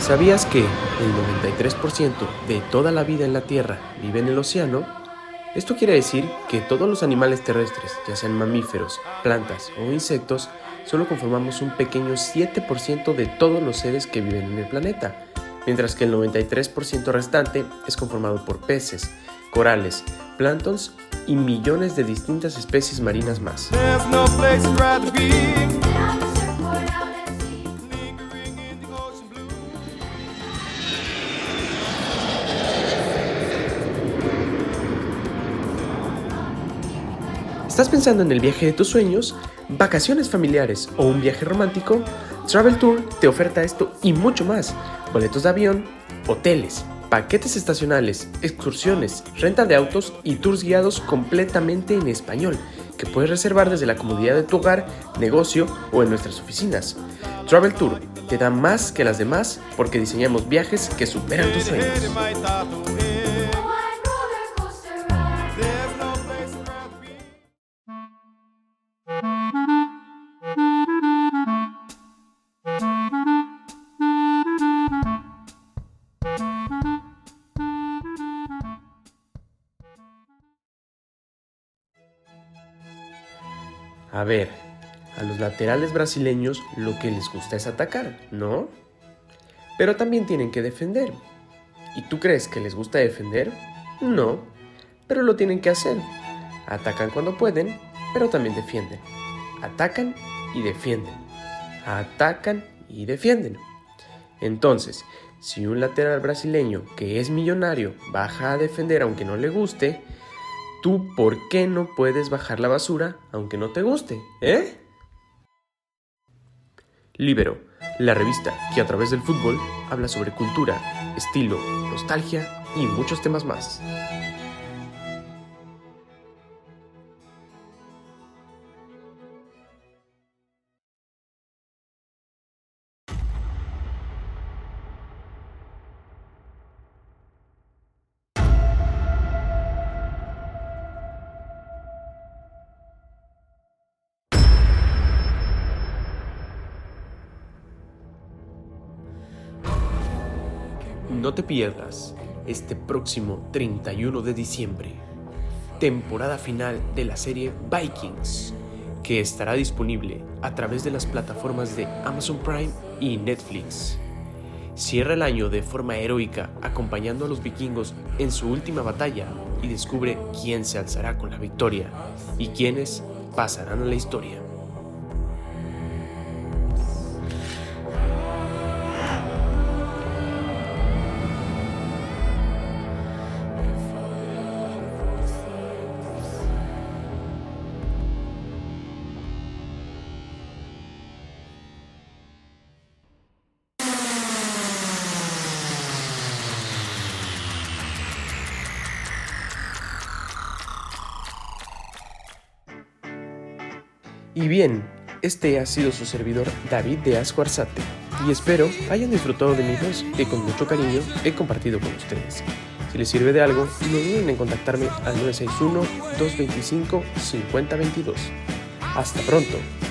¿Sabías que el 93% de toda la vida en la Tierra vive en el océano? Esto quiere decir que todos los animales terrestres, ya sean mamíferos, plantas o insectos, solo conformamos un pequeño 7% de todos los seres que viven en el planeta, mientras que el 93% restante es conformado por peces, corales, planctons y millones de distintas especies marinas más. ¿Estás pensando en el viaje de tus sueños, vacaciones familiares o un viaje romántico? Travel Tour te oferta esto y mucho más. Boletos de avión, hoteles, paquetes estacionales, excursiones, renta de autos y tours guiados completamente en español, que puedes reservar desde la comodidad de tu hogar, negocio o en nuestras oficinas. Travel Tour te da más que las demás porque diseñamos viajes que superan tus sueños. A ver, a los laterales brasileños lo que les gusta es atacar, ¿no? Pero también tienen que defender. ¿Y tú crees que les gusta defender? No, pero lo tienen que hacer. Atacan cuando pueden, pero también defienden. Atacan y defienden. Atacan y defienden. Entonces, si un lateral brasileño que es millonario baja a defender aunque no le guste, ¿tú por qué no puedes bajar la basura aunque no te guste, Líbero, la revista que a través del fútbol habla sobre cultura, estilo, nostalgia y muchos temas más. No te pierdas este próximo 31 de diciembre, temporada final de la serie Vikings, que estará disponible a través de las plataformas de Amazon Prime y Netflix. Cierra el año de forma heroica acompañando a los vikingos en su última batalla y descubre quién se alzará con la victoria y quiénes pasarán a la historia. Y bien, este ha sido su servidor David de Ascuarzate, y espero hayan disfrutado de mi voz que con mucho cariño he compartido con ustedes. Si les sirve de algo, no duden en contactarme al 961-225-5022. ¡Hasta pronto!